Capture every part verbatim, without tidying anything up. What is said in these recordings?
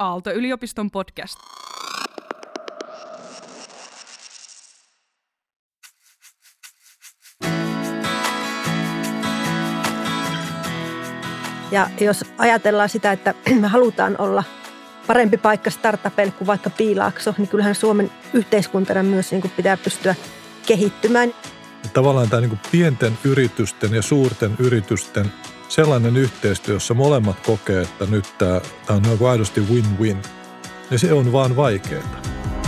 Aalto-yliopiston podcast. Ja jos ajatellaan sitä, että me halutaan olla parempi paikka startupeille kuin vaikka Piilaakso, niin kyllähän Suomen yhteiskuntana myös niin kuin pitää pystyä kehittymään. Tavallaan tämä niin kuin pienten yritysten ja suurten yritysten sellainen yhteistyö, jossa molemmat kokee, että nyt tämä, tämä on niin aidosti win-win, niin se on vaan vaikeaa.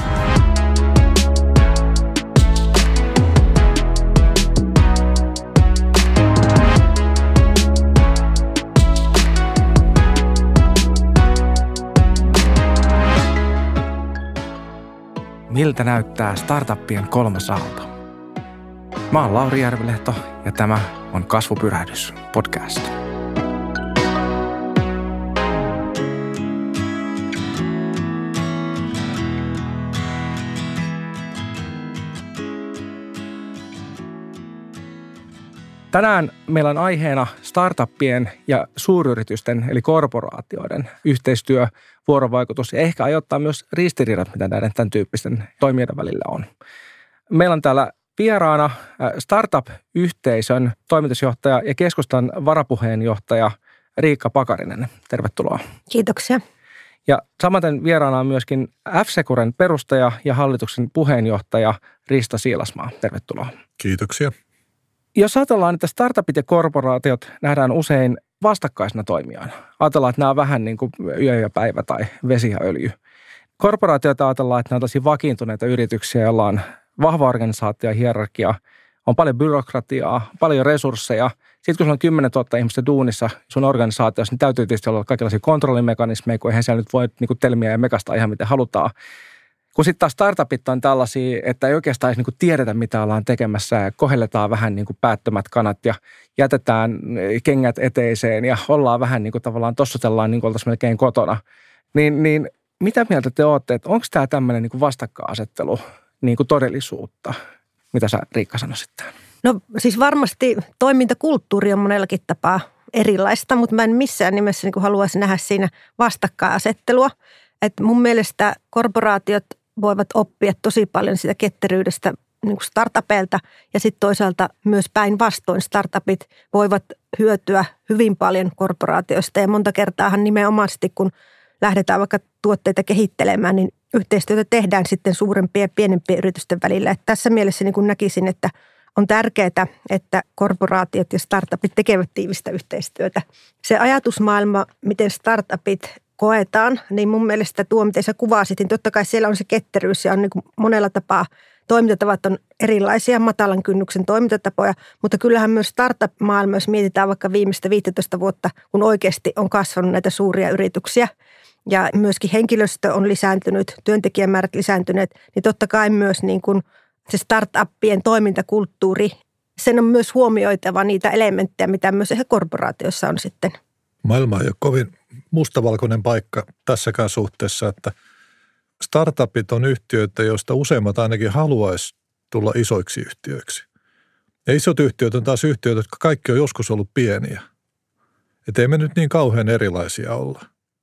Miltä näyttää startuppien kolmas aalto? Mä oon Lauri Järvilehto ja tämä on Kasvupyrähdys podcast. Tänään meillä on aiheena startuppien ja suuryritysten eli korporaatioiden yhteistyö, vuorovaikutus ja ehkä ajoittaa myös ristiriidat, mitä näiden tämän tyyppisten toimijoiden välillä on. Meillä on täällä vieraana startup-yhteisön toimitusjohtaja ja keskustan varapuheenjohtaja Riikka Pakarinen. Tervetuloa. Kiitoksia. Ja samaten vieraana on myöskin F-Securen perustaja ja hallituksen puheenjohtaja Risto Siilasmaa. Tervetuloa. Kiitoksia. Jos ajatellaan, että startupit ja korporaatiot nähdään usein vastakkaisena toimijana. Ajatellaan, että nämä on vähän niin kuin yö ja päivä tai vesi ja öljy. Korporaatioita ajatellaan, että nämä on tosi vakiintuneita yrityksiä, joilla on vahva organisaatio ja hierarkia, on paljon byrokratiaa, paljon resursseja. Sitten kun sulla on kymmenen tuhatta ihmistä duunissa sun organisaatiossa, niin täytyy tietysti olla kaikenlaisia kontrollimekanismeja, kun eihän siellä nyt voi niin kuin telmiä ja mekasta ihan miten halutaan. Kun sitten taas startupit on tällaisia, että ei oikeastaan edes niin kuin tiedetä, mitä ollaan tekemässä ja kohelletaan vähän niin kuin päättömät kanat ja jätetään kengät eteiseen ja ollaan vähän niin kuin tavallaan tossutellaan niin kuin oltaisiin melkein kotona. Niin, niin mitä mieltä te olette, että onko tämä tämmöinen niin kuin vastakkainasettelu niin kuin todellisuutta? Mitä sä, Riikka, sanoisit tähän? No siis varmasti toimintakulttuuri on monellakin tapaa erilaista, mutta mä en missään nimessä niin kuin haluaisi nähdä siinä vastakkainasettelua. Että mun mielestä korporaatiot voivat oppia tosi paljon sitä ketteryydestä niin kuin startupeilta ja sitten toisaalta myös päinvastoin startupit voivat hyötyä hyvin paljon korporaatioista ja monta kertaahan nimenomaisesti kun lähdetään vaikka tuotteita kehittelemään, niin yhteistyötä tehdään sitten suurempien ja pienempien yritysten välillä. Että tässä mielessä niin kuin näkisin, että on tärkeää, että korporaatiot ja startupit tekevät tiivistä yhteistyötä. Se ajatusmaailma, miten startupit koetaan, niin mun mielestä tuo, miten sä kuvasit, niin totta kai siellä on se ketteryys ja on niin kuin monella tapaa toimintatavat on erilaisia, matalan kynnyksen toimintatapoja, mutta kyllähän myös startup-maailma, jos mietitään vaikka viimeistä viisitoista vuotta, kun oikeasti on kasvanut näitä suuria yrityksiä ja myöskin henkilöstö on lisääntynyt, työntekijämäärät lisääntyneet, niin totta kai myös niin kuin se startuppien toimintakulttuuri, sen on myös huomioitava niitä elementtejä, mitä myös ehkä korporaatiossa on sitten. Maailma ei ole kovin mustavalkoinen paikka tässäkään suhteessa, että startupit on yhtiöitä, joista useimmat ainakin haluaisi tulla isoiksi yhtiöiksi. Ja isot yhtiöt on taas yhtiöitä, jotka kaikki on joskus ollut pieniä. Että ei me nyt niin kauhean erilaisia olla.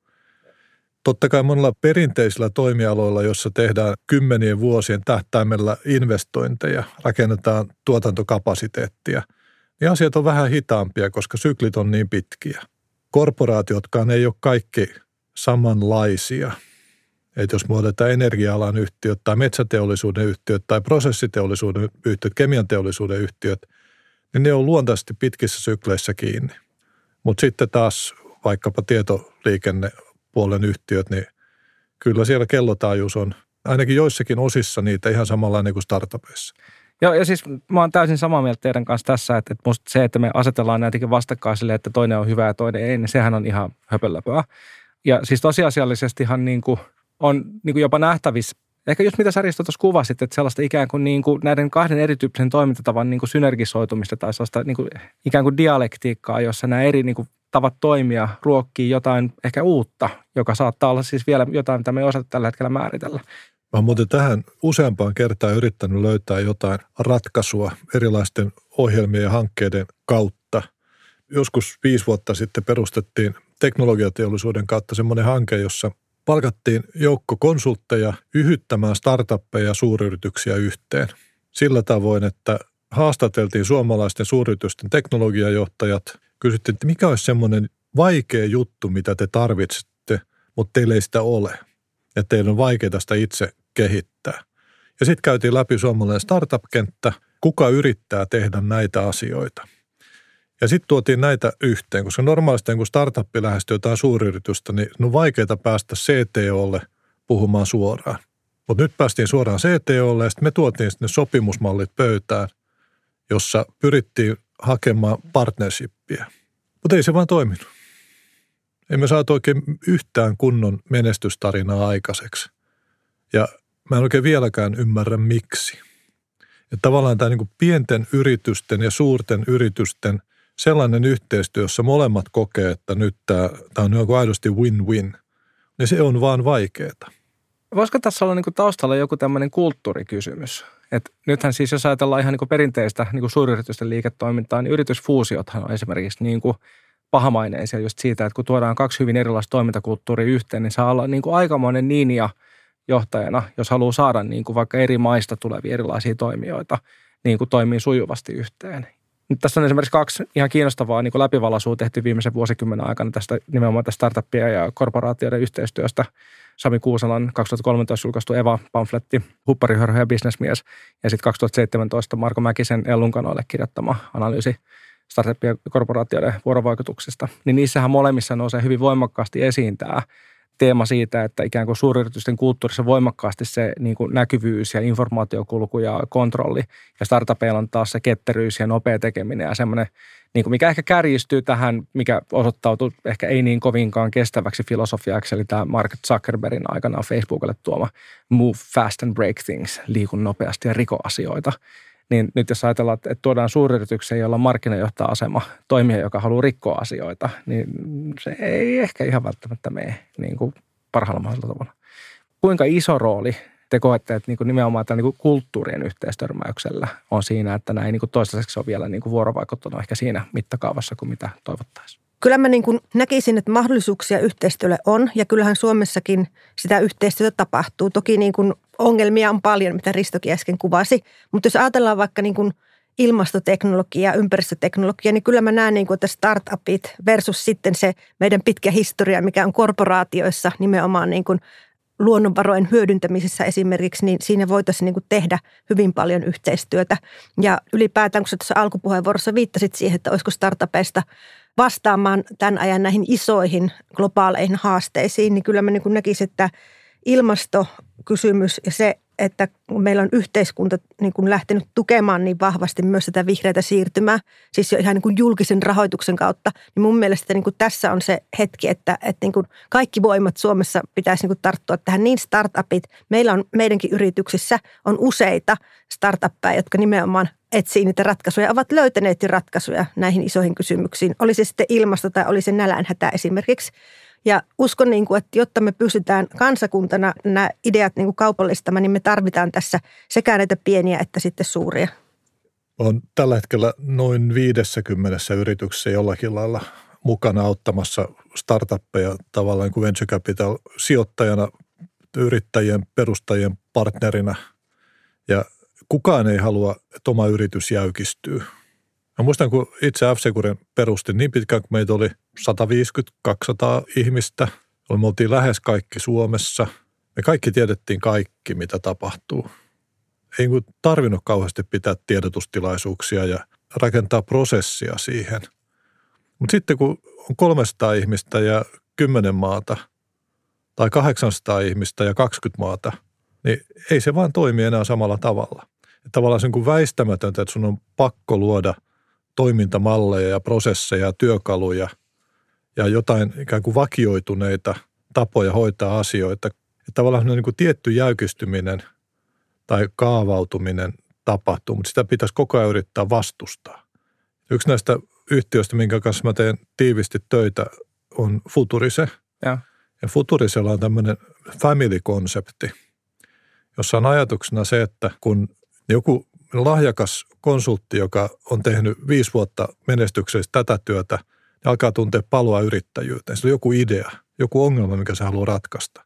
Totta kai monilla perinteisillä toimialoilla, jossa tehdään kymmenien vuosien tähtäimellä investointeja, rakennetaan tuotantokapasiteettia, niin asiat on vähän hitaampia, koska syklit on niin pitkiä. Korporaatiotkaan ei ole kaikki samanlaisia. Että jos muodotetaan energia-alan yhtiöt tai metsäteollisuuden yhtiöt tai prosessiteollisuuden yhtiöt, kemian teollisuuden yhtiöt, niin ne on luontaisesti pitkissä sykleissä kiinni. Mutta sitten taas vaikkapa tietoliikennepuolen yhtiöt, niin kyllä siellä kellotaajuus on ainakin joissakin osissa niitä ihan samanlainen kuin startupeissa. Joo, ja siis mä oon täysin samaa mieltä teidän kanssa tässä, että musta se, että me asetellaan näitäkin vastakkain sille, että toinen on hyvä ja toinen ei, niin sehän on ihan höpönläpöä. Ja siis tosiasiallisestihan niin kuin on niin kuin jopa nähtävissä, ehkä just mitä sä Risto tuossa kuvasit, että sellaista ikään kuin, niin kuin näiden kahden erityyppisen toimintatavan niin kuin synergisoitumista tai sellaista niin kuin ikään kuin dialektiikkaa, jossa nämä eri niin kuin tavat toimia ruokkii jotain ehkä uutta, joka saattaa olla siis vielä jotain, mitä me ei osata tällä hetkellä määritellä. Mä oon muuten tähän useampaan kertaan yrittänyt löytää jotain ratkaisua erilaisten ohjelmien ja hankkeiden kautta. Joskus viisi vuotta sitten perustettiin teknologiateollisuuden kautta semmoinen hanke, jossa palkattiin joukko konsultteja yhyttämään startuppeja ja suuryrityksiä yhteen. Sillä tavoin, että haastateltiin suomalaisten suuryritysten teknologiajohtajat. Kysyttiin, että mikä olisi semmoinen vaikea juttu, mitä te tarvitsette, mutta teillä ei sitä ole. Ja teillä on vaikeaa sitä itse kehittää. Ja sitten käytiin läpi suomalainen startup-kenttä, kuka yrittää tehdä näitä asioita. Ja sitten tuotiin näitä yhteen, koska normaalisti kun startuppi lähestyy jotain suuryritystä, niin on vaikeaa päästä C T O:lle puhumaan suoraan. Mutta nyt päästiin suoraan C T O:lle ja sitten me tuotiin sitten ne sopimusmallit pöytään, jossa pyrittiin hakemaan partnershippiä. Mutta ei se vaan toiminut. Emme saatu oikein yhtään kunnon menestystarinaa aikaiseksi. Ja mä en oikein vieläkään ymmärrä miksi. Ja tavallaan tämä niin kuin pienten yritysten ja suurten yritysten sellainen yhteistyö, jossa molemmat kokee, että nyt tämä, tämä on joku aidosti win-win, niin se on vaan vaikeaa. Voisiko tässä olla niin kuin taustalla joku tämmöinen kulttuurikysymys? Et nythän siis, jos ajatellaan ihan niin kuin perinteistä niin kuin suuryritysten liiketoimintaa, niin yritysfuusiothan on esimerkiksi niin kuin pahamaineisia just siitä, että kun tuodaan kaksi hyvin erilaista toimintakulttuuria yhteen, niin saa olla niin kuin aikamoinen ninja johtajana, jos haluaa saada niin kuin vaikka eri maista tulevia erilaisia toimijoita niin kuin toimii sujuvasti yhteen. Nyt tässä on esimerkiksi kaksi ihan kiinnostavaa niin kuin läpivalaisua tehty viimeisen vuosikymmenen aikana tästä nimenomaan tästä startuppia ja korporaatioiden yhteistyöstä. Sami Kuuselan kaksituhattakolmetoista julkaistu Eva-pamfletti, Huppari-hörhö ja bisnesmies, ja sitten kaksituhattaseitsemäntoista Marko Mäkisen Ellunkanoille kirjoittama analyysi startuppien ja korporaatioiden vuorovaikutuksesta. Niin niissähän molemmissa nousee hyvin voimakkaasti esiin tämä teema siitä, että ikään kuin suuryritysten kulttuurissa voimakkaasti se niin kuin näkyvyys ja informaatiokulku ja kontrolli. Ja startupeilla on taas se ketteryys ja nopea tekeminen ja semmoinen, niin kuin mikä ehkä kärjistyy tähän, mikä osoittautuu ehkä ei niin kovinkaan kestäväksi filosofiaksi, eli tämä Mark Zuckerbergin aikanaan Facebookille tuoma move fast and break things, liikun nopeasti ja riko asioita. Niin nyt jos ajatellaan, että tuodaan suuryritykseen, jolla on markkinajohtaja-asema, toimija, joka haluaa rikkoa asioita, niin se ei ehkä ihan välttämättä mene niin kuin parhaalla mahdollisella tavalla. Kuinka iso rooli te koette, että niin kuin nimenomaan tämän niin kuin kulttuurien yhteistörmäyksellä on siinä, että näin niin kuin toistaiseksi on vielä niin kuin vuorovaikuttanut ehkä siinä mittakaavassa kuin mitä toivottaisiin? Kyllä mä niin kuin näkisin, että mahdollisuuksia yhteistyölle on, ja kyllähän Suomessakin sitä yhteistyötä tapahtuu. Toki niin kuin ongelmia on paljon, mitä Ristokin äsken kuvasi, mutta jos ajatellaan vaikka niin kuin ilmastoteknologiaa, ympäristöteknologiaa, niin kyllä mä näen, niin kuin, että startupit versus sitten se meidän pitkä historia, mikä on korporaatioissa nimenomaan niin kuin luonnonvarojen hyödyntämisessä esimerkiksi, niin siinä voitaisiin niin kuin tehdä hyvin paljon yhteistyötä. Ja ylipäätään, kun sä tuossa alkupuheenvuorossa viittasit siihen, että olisiko startupeista vastaamaan tämän ajan näihin isoihin globaaleihin haasteisiin, niin kyllä mä niin kuin näkisin, että ilmastokysymys ja se, että meillä on yhteiskunta niin kuin lähtenyt tukemaan niin vahvasti myös tätä vihreätä siirtymää, siis jo ihan niin kuin julkisen rahoituksen kautta, niin mun mielestä niin kuin tässä on se hetki, että, että niin kuin kaikki voimat Suomessa pitäisi niin kuin tarttua tähän, niin startupit. Meillä on meidänkin yrityksissä on useita startuppeja, jotka nimenomaan etsii niitä ratkaisuja, ovat löytäneet ratkaisuja näihin isoihin kysymyksiin. Oli se sitten ilmasto tai oli se nälänhätä esimerkiksi. Ja uskon, niin kuin, että jotta me pystytään kansakuntana nämä ideat niin kuin kaupallistamaan, niin me tarvitaan tässä sekä näitä pieniä että sitten suuria. On tällä hetkellä noin viidessäkymmenessä yrityksessä jollakin lailla mukana auttamassa startuppeja tavallaan niin kuin venture capital sijoittajana, yrittäjien, perustajien partnerina. Ja kukaan ei halua, että oma yritys jäykistyy. Mä muistan, kun itse F-Securen perustin niin pitkään, kun meitä oli sata viisikymmentä kaksisataa ihmistä. Me oltiin lähes kaikki Suomessa. Me kaikki tiedettiin kaikki, mitä tapahtuu. Ei tarvinnut kauheasti pitää tiedotustilaisuuksia ja rakentaa prosessia siihen. Mutta sitten kun on kolmesataa ihmistä ja kymmenen maata tai kahdeksansataa ihmistä ja kaksikymmentä maata, niin ei se vaan toimi enää samalla tavalla. Ja tavallaan se on kuin väistämätöntä, että sun on pakko luoda toimintamalleja ja prosesseja ja työkaluja ja jotain ikään kuin vakioituneita tapoja hoitaa asioita. Että tavallaan niin kuin tietty jäykistyminen tai kaavautuminen tapahtuu, mutta sitä pitäisi koko ajan yrittää vastustaa. Yksi näistä yhtiöistä, minkä kanssa mä teen tiivisti töitä, on Futurise. Ja, ja Futurisella on tämmöinen family-konsepti, jossa on ajatuksena se, että kun joku lahjakas konsultti, joka on tehnyt viisi vuotta menestyksellistä tätä työtä, niin alkaa tuntea palua yrittäjyyteen. Se on joku idea, joku ongelma, mikä se haluaa ratkaista.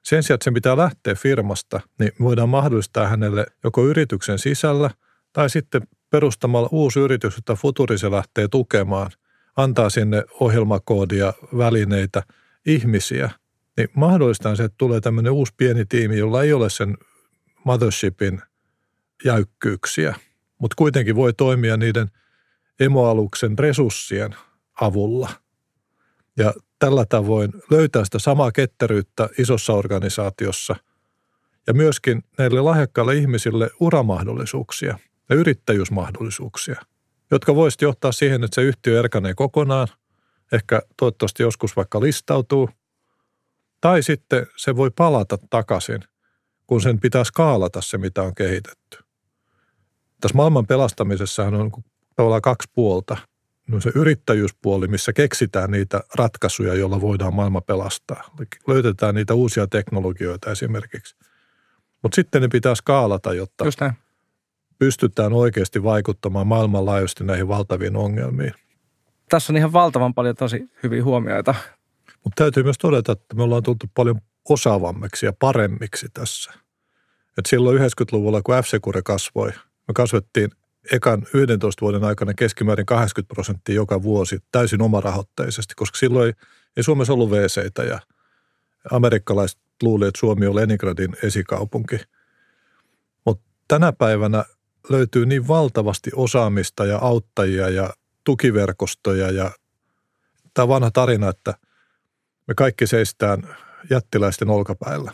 Sen sijaan, että sen pitää lähteä firmasta, niin voidaan mahdollistaa hänelle joko yrityksen sisällä tai sitten perustamalla uusi yritys, jota Futurise lähtee tukemaan, antaa sinne ohjelmakoodia, välineitä, ihmisiä, niin mahdollistaa se, että tulee tämmöinen uusi pieni tiimi, jolla ei ole sen mothershipin jäykkyyksiä, mutta kuitenkin voi toimia niiden emoaluksen resurssien avulla. Ja tällä tavoin löytää sitä samaa ketteryyttä isossa organisaatiossa ja myöskin näille lahjakkaille ihmisille uramahdollisuuksia ja yrittäjyysmahdollisuuksia, jotka voisivat johtaa siihen, että se yhtiö erkanee kokonaan, ehkä toivottavasti joskus vaikka listautuu, tai sitten se voi palata takaisin, kun sen pitää skaalata se, mitä on kehitetty. Tässä maailman pelastamisessahan on tavallaan kaksi puolta. No se yrittäjyyspuoli, missä keksitään niitä ratkaisuja, joilla voidaan maailma pelastaa. Löytetään niitä uusia teknologioita esimerkiksi. Mutta sitten ne pitää skaalata, jotta pystytään oikeasti vaikuttamaan maailmanlaajuisesti näihin valtaviin ongelmiin. Tässä on ihan valtavan paljon tosi hyviä huomioita. Mutta täytyy myös todeta, että me ollaan tultu paljon osaavammiksi ja paremmiksi tässä. Et silloin yhdeksänkymmentäluvulla, kun F-Secure kasvoi, me kasvettiin ekan yhdentoista vuoden aikana keskimäärin kahdeksankymmentä prosenttia joka vuosi täysin omarahoitteisesti, koska silloin ei, ei Suomessa ollut V C:tä ja amerikkalaiset luuli, että Suomi on Leningradin esikaupunki. Mutta tänä päivänä löytyy niin valtavasti osaamista ja auttajia ja tukiverkostoja ja tämä vanha tarina, että me kaikki seistään jättiläisten olkapäillä.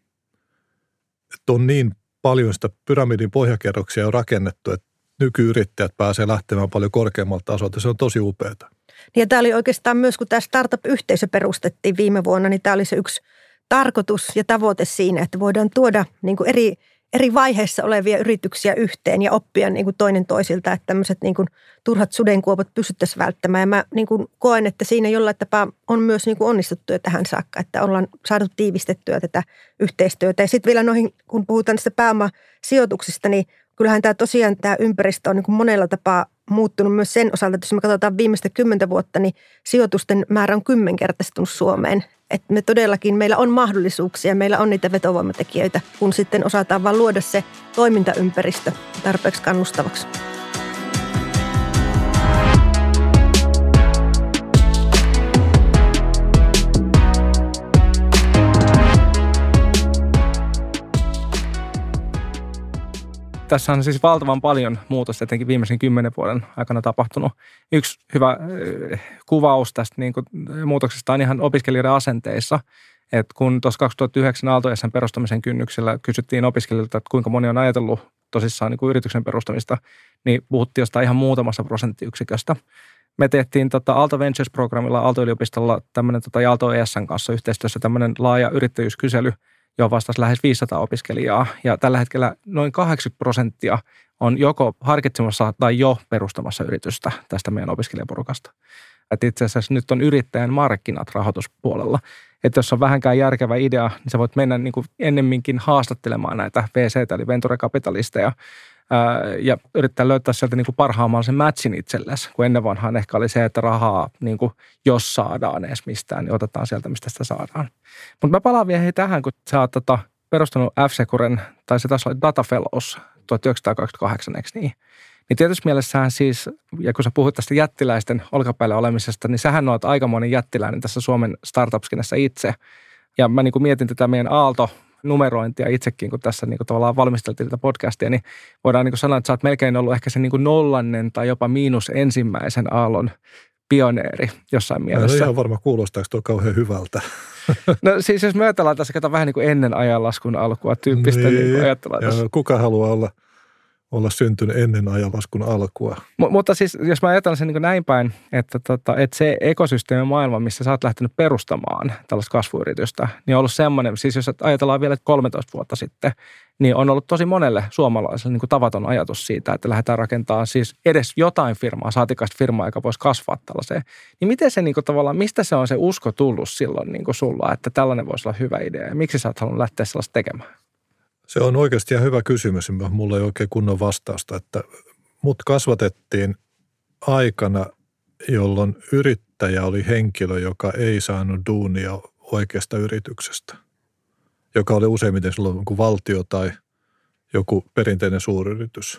Että on niin paljon sitä pyramidin pohjakerroksia on rakennettu, että nykyyrittäjät pääsee lähtemään paljon korkeammalta tasolta. Se on tosi upeata. Ja tämä oli oikeastaan myös, kun tämä startup-yhteisö perustettiin viime vuonna, niin tämä oli se yksi tarkoitus ja tavoite siinä, että voidaan tuoda niin kuin eri, eri vaiheissa olevia yrityksiä yhteen ja oppia niin kuin toinen toisilta, että tämmöiset niin kuin turhat sudenkuopat pystyttäisiin välttämään. Ja mä niin kuin koen, että siinä jollain tapaa on myös niin kuin onnistuttu jo tähän saakka, että ollaan saatu tiivistettyä tätä yhteistyötä. Ja sitten vielä noihin, kun puhutaan näistä pääomasijoituksista, niin kyllähän tämä tosiaan tämä ympäristö on niin kuin monella tapaa muuttunut myös sen osalta, että jos me katsotaan viimeistä kymmentä vuotta, niin sijoitusten määrä on kymmenkertaistunut Suomeen. Että me todellakin, meillä on mahdollisuuksia, meillä on niitä vetovoimatekijöitä, kun sitten osataan vaan luoda se toimintaympäristö tarpeeksi kannustavaksi. Tässä on siis valtavan paljon muutosta etenkin viimeisen kymmenen vuoden aikana tapahtunut. Yksi hyvä äh, kuvaus tästä niin kuin, muutoksesta on ihan opiskelijoiden asenteissa. Että kun tuossa kaksituhattayhdeksän Aalto-Esän perustamisen kynnyksellä kysyttiin opiskelijoilta, että kuinka moni on ajatellut tosissaan niin kuin yrityksen perustamista, niin puhuttiin jostain ihan muutamassa prosenttiyksiköstä. Me tehtiin tota Aalto Ventures-programmilla Aalto-yliopistolla tämmöinen tota, Aalto-Esän kanssa yhteistyössä tämmöinen laaja yrittäjyyskysely, johon vastasi lähes viisisataa opiskelijaa. Ja tällä hetkellä noin kahdeksankymmentä prosenttia on joko harkitsemassa tai jo perustamassa yritystä tästä meidän opiskelijaporukasta. Että itse asiassa nyt on yrittäjän markkinat rahoituspuolella. Että jos on vähänkään järkevä idea, niin sä voit mennä niin kuin ennemminkin haastattelemaan näitä V C:tä eli venture-kapitalisteja ja yrittää löytää sieltä niin kuin parhaamaan sen matchin itsellesi, kun ennen vanhaan ehkä oli se, että rahaa, niin kuin, jos saadaan edes mistään, niin otetaan sieltä, mistä sitä saadaan. Mutta mä palaan vielä hei tähän, kun sä oot tota, perustanut F-Securen, tai se taas oli Data Fellows tuhatyhdeksänsataakaksikymmentäkahdeksan, eikö niin? Niin tietysti mielessähän siis, ja kun sä puhut tästä jättiläisten olkapäällä olemisesta, niin sähän oot aikamoinen jättiläinen tässä Suomen startup-skenessä itse. Ja mä niin kuin mietin tätä meidän Aalto numerointia itsekin, kun tässä niin kuin tavallaan valmisteltiin tätä podcastia, niin voidaan niin kuin sanoa, että sä oot melkein ollut ehkä sen niin kuin nollannen tai jopa miinus ensimmäisen aallon pioneeri jossain mielessä. No ihan varmaan kuulostaako tuo kauhean hyvältä. No siis jos me ajatellaan tässä, kato vähän niin kuin ennen ajanlaskun alkua tyyppistä niin, niin ajatellaan tässä. Kuka haluaa olla, olla syntynyt ennen ajanlaskun alkua? M- mutta siis jos mä ajatellaan sen niin kuin näin päin, että, tota, että se ekosysteemi maailma, missä sä oot lähtenyt perustamaan tällaista kasvuyritystä, niin on ollut semmoinen, siis jos ajatellaan vielä kolmetoista vuotta sitten, niin on ollut tosi monelle suomalaiselle niin kuin tavaton ajatus siitä, että lähdetään rakentamaan siis edes jotain firmaa, saatikaista firmaa, joka voisi kasvaa tällaiseen. Niin miten se niin kuin tavallaan, mistä se on se usko tullut silloin niin kuin sulla, että tällainen voisi olla hyvä idea ja miksi sä oot halunnut lähteä sellaista tekemään? Se on oikeasti ihan hyvä kysymys. Mulla ei oikein kunnon vastausta, että mut kasvatettiin aikana, jolloin yrittäjä oli henkilö, joka ei saanut duunia oikeasta yrityksestä. joka oli useimmiten silloin joku valtio tai joku perinteinen suuryritys.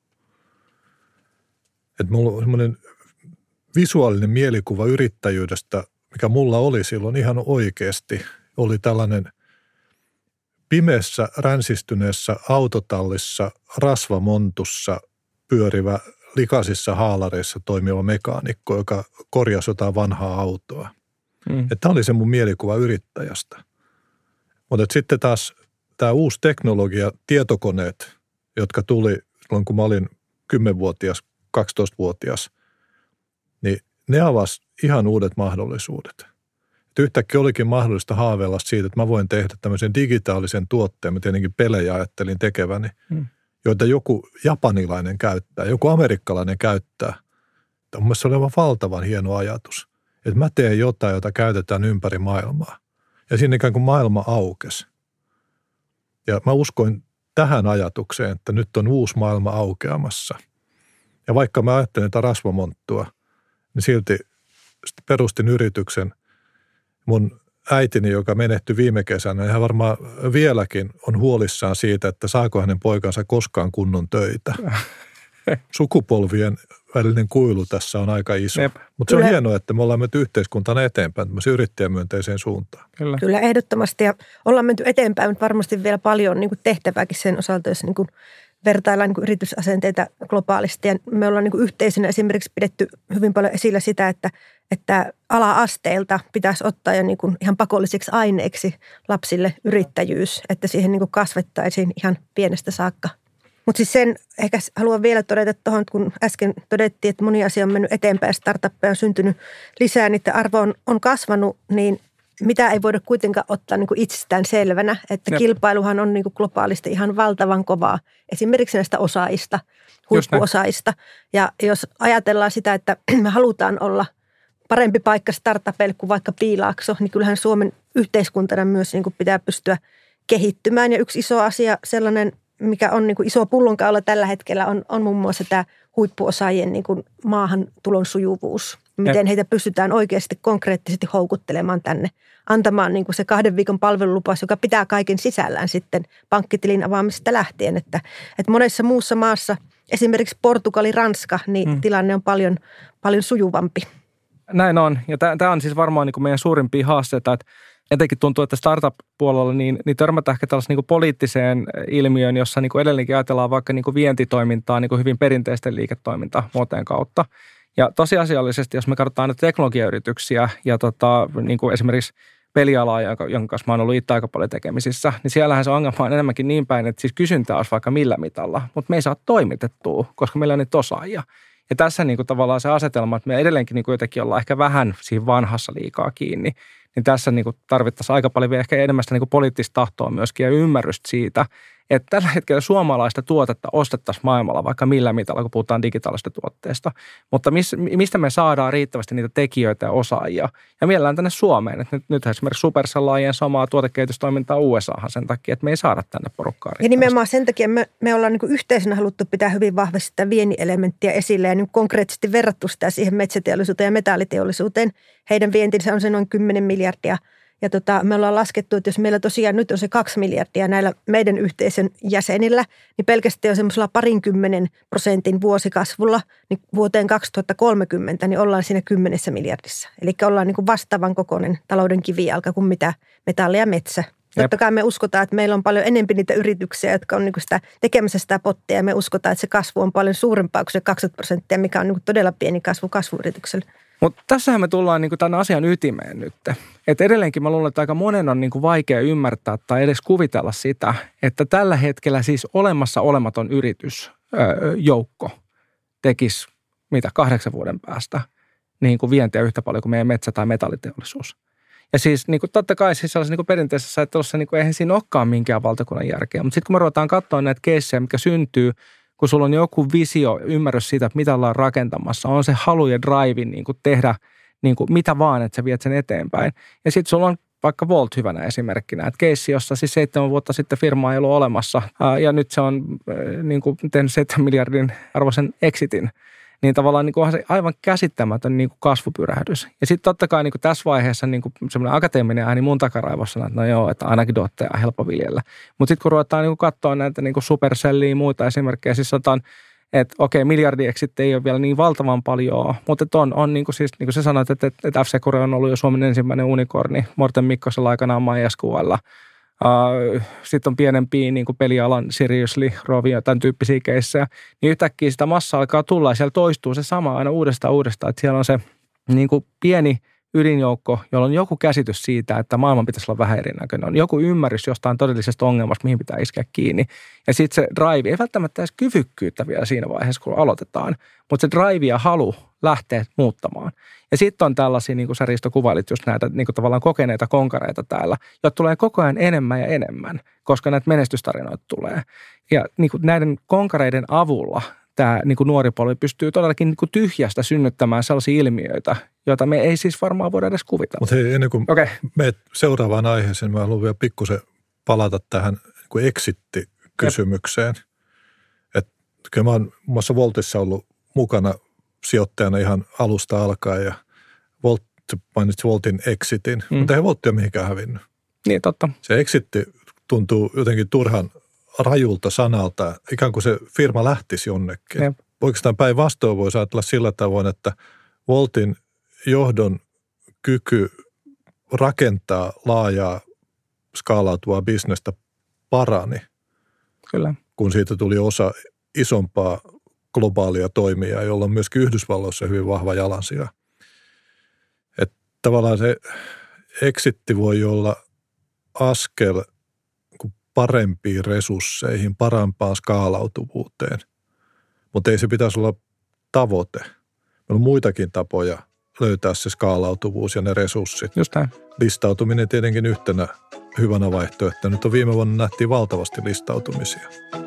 Että mulla on semmoinen visuaalinen mielikuva yrittäjyydestä, mikä mulla oli silloin ihan oikeasti, oli tällainen pimeässä, ränsistyneessä autotallissa, rasvamontussa pyörivä, likaisissa haalareissa toimiva mekaanikko, joka korjasi jotain vanhaa autoa. Mm. Tämä oli se mun mielikuva yrittäjästä. Mutta sitten taas tämä uusi teknologia, tietokoneet, jotka tuli silloin, kun mä olin kymmenvuotias, kaksitoistavuotias, niin ne avasi ihan uudet mahdollisuudet. Et yhtäkkiä olikin mahdollista haaveilla siitä, että mä voin tehdä tämmöisen digitaalisen tuotteen, mä tietenkin pelejä ajattelin tekeväni, mm. joita joku japanilainen käyttää, joku amerikkalainen käyttää. Tämä on aivan valtavan hieno ajatus, että mä teen jotain, jota käytetään ympäri maailmaa. Ja siinä ikään kuin maailma aukesi. Ja mä uskoin tähän ajatukseen, että nyt on uusi maailma aukeamassa. Ja vaikka mä ajattelin tätä rasvamonttua, niin silti perustin yrityksen. Mun äitini, joka menehtyi viime kesänä, hän varmaan vieläkin on huolissaan siitä, että saako hänen poikansa koskaan kunnon töitä. Sukupolvien välinen kuilu tässä on aika iso. Mutta se on hienoa, että me ollaan menty yhteiskuntana eteenpäin tämmöiseen yrittäjämyönteiseen suuntaan. Kyllä. Kyllä, ehdottomasti. Ja ollaan menty eteenpäin, mutta varmasti vielä paljon niin kuin tehtävääkin sen osalta, jos niin kuin vertaillaan niin kuin yritysasenteita globaalisti. Ja me ollaan niin kuin yhteisönä esimerkiksi pidetty hyvin paljon esillä sitä, että, että ala-asteilta pitäisi ottaa jo niin kuin ihan pakolliseksi aineeksi lapsille yrittäjyys, että siihen niin kuin kasvettaisiin ihan pienestä saakka. Mutta siis sen ehkä haluan vielä todeta tuohon, kun äsken todettiin, että moni asia on mennyt eteenpäin, startuppeja on syntynyt lisää, niiden arvo on, on kasvanut, niin mitä ei voida kuitenkaan ottaa niin kuin itsestään selvänä, että Jep. kilpailuhan on niin kuin globaalisti ihan valtavan kovaa. Esimerkiksi näistä osaajista, huippuosaajista. Ja jos ajatellaan sitä, että me halutaan olla parempi paikka startupeille kuin vaikka Piilaakso, niin kyllähän Suomen yhteiskuntana myös niin kuin pitää pystyä kehittymään. Ja yksi iso asia, sellainen, mikä on niin kuin iso pullonkaula tällä hetkellä, on, on muun muassa tämä huippuosaajien niin kuin maahan tulon sujuvuus. Miten Jep. heitä pystytään oikeasti konkreettisesti houkuttelemaan tänne, antamaan niin kuin se kahden viikon palvelulupaus, joka pitää kaiken sisällään sitten pankkitilin avaamisesta lähtien. Että, että monessa muussa maassa, esimerkiksi Portugali, Ranska, niin hmm. tilanne on paljon, paljon sujuvampi. Näin on. Ja tämä on siis varmaan niin kuin meidän suurimpia haasteita, että etenkin tuntuu, että startup-puolella niin, niin törmätään ehkä tällaisen niin poliittiseen ilmiöön, jossa niin edelleenkin ajatellaan vaikka niin vientitoimintaa niin hyvin perinteisten liiketoimintamuotojen kautta. Ja tosiasiallisesti, jos me katsotaan näitä teknologiayrityksiä ja tota, niin kuin esimerkiksi pelialaa, jonka kanssa mä oon ollut itse aika paljon tekemisissä, niin siellähän se ongelma on enemmänkin niin päin, että siis kysyntää olisi vaikka millä mitalla, mutta me ei saa toimitettua, koska meillä on niitä osaajia. Ja tässä niin kuin tavallaan se asetelma, että me edelleenkin niin kuin jotenkin ollaan ehkä vähän siinä vanhassa liikaa kiinni, niin tässä niin kuin tarvittaisiin aika paljon vielä ehkä enemmän sitä niin kuin poliittista tahtoa myöskin ja ymmärrystä siitä, että tällä hetkellä suomalaista tuotetta ostettaisiin maailmalla vaikka millä mitalla, kun puhutaan digitaalisesta tuotteesta. Mutta mistä me saadaan riittävästi niitä tekijöitä ja osaajia? Ja mielellään tänne Suomeen. Että nyt, nyt esimerkiksi Supercell laajien samaa tuotekehitystoimintaa U S A:han sen takia, että me ei saada tänne porukkaa riittävästi. Ja nimenomaan sen takia me, me ollaan niin kuin yhteisönä haluttu pitää hyvin vahvasti sitä viennin elementtiä esille ja niin konkreettisesti verrattu sitä siihen metsäteollisuuteen ja metalliteollisuuteen. Heidän vientinsä on se noin kymmenen miljardia. Ja tota, me ollaan laskettu, että jos meillä tosiaan nyt on se kaksi miljardia näillä meidän yhteisön jäsenillä, niin pelkästään jo semmoisella parinkymmenen prosentin vuosikasvulla, niin vuoteen kaksituhattakolmekymmentä niin ollaan siinä kymmenessä miljardissa. Eli ollaan niin kuin vastaavan kokoinen talouden kivijalka kuin mitä metalli ja metsä. Totta kai me uskotaan, että meillä on paljon enemmän niitä yrityksiä, jotka on niin kuin sitä tekemässä sitä pottia. Ja me uskotaan, että se kasvu on paljon suurempaa kuin se kaksikymmentä prosenttia, mikä on niin kuin todella pieni kasvu kasvuyrityksellä. Mutta tässähän me tullaan niinku tämän asian ytimeen nyt. Et edelleenkin mä luulen, että aika monen on niinku vaikea ymmärtää tai edes kuvitella sitä, että tällä hetkellä siis olemassa olematon yritysjoukko tekisi mitä kahdeksan vuoden päästä niin kuin vientiä yhtä paljon kuin meidän metsä- tai metalliteollisuus. Ja siis niin kuin totta kai siis sellaisessa niin perinteisessä ajattelussa niin kuin eihän siinä olekaan minkään valtakunnan järkeä. Mutta sitten kun me ruvetaan katsoa näitä keissejä, mikä syntyy, kun sulla on joku visio, ymmärrys siitä, että mitä ollaan rakentamassa, on se halu ja drive niin kuin tehdä niin kuin mitä vaan, että sä viet sen eteenpäin. Ja sitten sulla on vaikka Volt hyvänä esimerkkinä, että keissi, jossa siis seitsemän vuotta sitten firma ei ollut olemassa ja nyt se on niin kuin tehnyt seitsemän miljardin arvoisen exitin. niin tavallaan niin kuin onhan se aivan käsittämätön niin kuin kasvupyrähdys. Ja sitten totta kai niin kuin tässä vaiheessa niin kuin semmoinen akateeminen ääni mun takaraivossa, että no joo, että anekdootteja on helppo viljellä. Mutta sitten kun ruvetaan niin kuin katsoa näitä niin kuin Supercellia ja muita esimerkkejä, siis sanotaan, että okei, miljardieksit ei ole vielä niin valtavan paljon, mutta on, on niin kuin siis, niin kuin sä sanoit, että, että F-Secure on ollut jo Suomen ensimmäinen unikorni, Morten Mikkosella aikanaan MySQL. Uh, sitten on pienempiä niin kuin pelialan Seriously, Rovia, tämän tyyppisiä keissejä, niin yhtäkkiä sitä massaa alkaa tulla ja siellä toistuu se sama aina uudestaan uudestaan, että siellä on se niin kuin pieni ydinjoukko, jolla on joku käsitys siitä, että maailman pitäisi olla vähän erinäköinen. On joku ymmärrys jostain todellisesta ongelmasta, mihin pitää iskeä kiinni. Ja sitten se drive, ei välttämättä edes kyvykkyyttä vielä siinä vaiheessa, kun aloitetaan, mutta se drive ja halu lähtee muuttamaan. Ja sitten on tällaisia, niin kuin sä Risto kuvailit, just näitä niin kuin tavallaan kokeneita konkareita täällä, jotka tulee koko ajan enemmän ja enemmän, koska näitä menestystarinoita tulee. Ja niin kuin näiden konkareiden avulla tämä niin kuin nuori polvi pystyy todellakin niin kuin tyhjästä synnyttämään sellaisia ilmiöitä, joita me ei siis varmaan voida edes kuvitella. Mutta hei, ennen kuin okay. menet seuraavaan aiheeseen, mä haluan vielä pikkusen palata tähän niin kuin exit-kysymykseen. Että kyllä mä oon muun muassa Voltissa ollut mukana sijoittajana ihan alusta alkaen ja Volt, mainitsi Voltin exitin, mm. mutta ei Voltti ole mihinkään hävinnyt. Niin, totta. Se exitti tuntuu jotenkin turhan rajulta sanalta, ikään kuin se firma lähtisi jonnekin. Jep. Oikeastaan päinvastoin voisi ajatella sillä tavoin, että Voltin johdon kyky rakentaa laajaa skaalautuvaa bisnestä parani, Kyllä. kun siitä tuli osa isompaa globaalia toimijaa, jolla on myöskin Yhdysvalloissa hyvin vahva jalansija. Että tavallaan se exitti voi olla askel parempiin resursseihin, parempaan skaalautuvuuteen, mutta ei se pitäisi olla tavoite. Meillä on muitakin tapoja löytää se skaalautuvuus ja ne resurssit. Just näin. Listautuminen tietenkin yhtenä hyvänä vaihtoehtona. Nyt on viime vuonna nähtiin valtavasti listautumisia.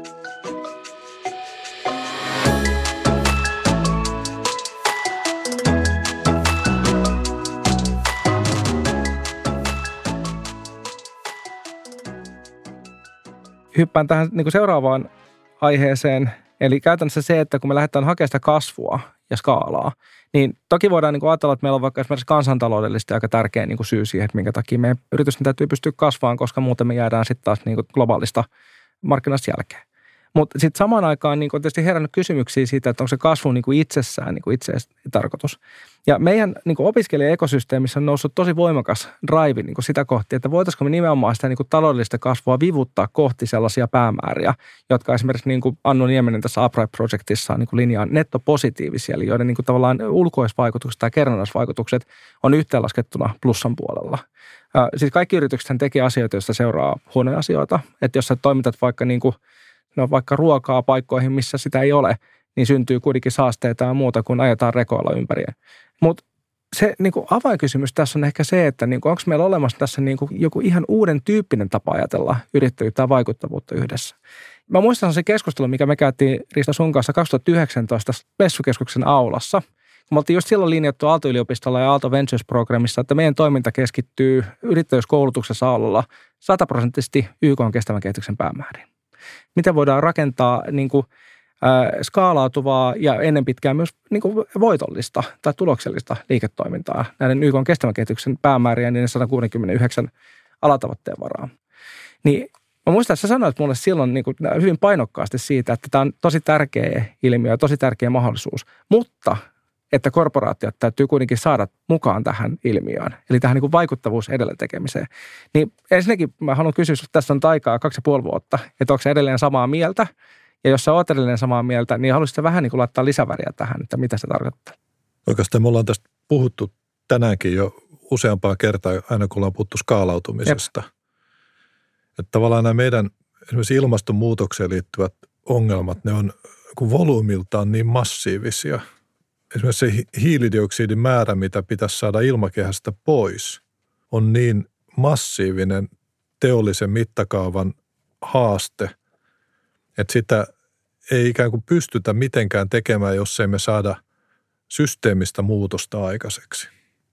Hyppään tähän niin kuin seuraavaan aiheeseen, eli käytännössä se, että kun me lähdetään hakemaan sitä kasvua ja skaalaa, niin toki voidaan niin kuin ajatella, että meillä on vaikka esimerkiksi kansantaloudellisesti aika tärkeä niin kuin syy siihen, että minkä takia meidän yritysten täytyy pystyä kasvamaan, koska muuten me jäädään sitten taas niin kuin globaalista markkinasta jälkeen. Mutta sitten samaan aikaan niin on tietysti herännyt kysymyksiä siitä, että onko se kasvu niin kuin itsessään niin kuin itse tarkoitus. Ja meidän niin kuin opiskelija-ekosysteemissä on noussut tosi voimakas drive niin kuin sitä kohti, että voitaisiinko me nimenomaan sitä niin kuin taloudellista kasvua vivuttaa kohti sellaisia päämääriä, jotka esimerkiksi niin kuin Annu Nieminen tässä Upright-projektissa niin kuin linjaa nettopositiivisia, eli joiden niin kuin tavallaan ulkoisvaikutukset tai kerrannaisvaikutukset on yhteenlaskettuna plussan puolella. Äh, siis kaikki yritykset tekee asioita, joista seuraa huonoja asioita. Että jos sä toimitat vaikka niin kuin no vaikka ruokaa paikkoihin, missä sitä ei ole, niin syntyy kuitenkin saasteita ja muuta, kun ajetaan rekoilla ympäri. Mutta se niin kuin avainkysymys tässä on ehkä se, että niin kuin, onko meillä olemassa tässä niin kuin joku ihan uuden tyyppinen tapa ajatella yrittäjyyttä ja vaikuttavuutta yhdessä. Mä muistan se keskustelu, mikä me käytiin Riista sun kanssa kaksituhattayhdeksäntoista Messukeskuksen aulassa. Me oltiin just silloin linjattu Aalto-yliopistolla ja Aalto Ventures-programmissa, että meidän toiminta keskittyy yrittäjyyskoulutuksessa Aallolla sataprosenttisesti Y K:n kestävän kehityksen päämääriin. Miten voidaan rakentaa niin kuin, äh, skaalautuvaa ja ennen pitkään myös niin kuin voitollista tai tuloksellista liiketoimintaa näiden Y K:n kestävän kehityksen päämääriä ja niiden sata kuusikymmentäyhdeksän alatavoitteen varaan. Niin mä muistan, että sä sanoit mulle silloin niin kuin hyvin painokkaasti siitä, että tämä on tosi tärkeä ilmiö ja tosi tärkeä mahdollisuus, mutta että korporaatiot täytyy kuitenkin saada mukaan tähän ilmiöön, eli tähän niin kuin vaikuttavuus edellä tekemiseen. Niin ensinnäkin mä haluan kysyä, että tässä on aikaa kaksi ja puoli vuotta, että onko se edelleen samaa mieltä, ja jos sä oot edelleen samaa mieltä, niin haluaisit vähän niin kuin laittaa lisäväriä tähän, että mitä se tarkoittaa? Oikeastaan me ollaan tästä puhuttu tänäänkin jo useampaa kertaa, aina kun ollaan puhuttu skaalautumisesta. Jep. Että tavallaan nämä meidän esimerkiksi ilmastonmuutokseen liittyvät ongelmat, ne on kun volyymiltaan niin massiivisia. Esimerkiksi se hiilidioksidin määrä, mitä pitäisi saada ilmakehästä pois, on niin massiivinen teollisen mittakaavan haaste, että sitä ei ikään kuin pystytä mitenkään tekemään, jos ei me saada systeemistä muutosta aikaiseksi.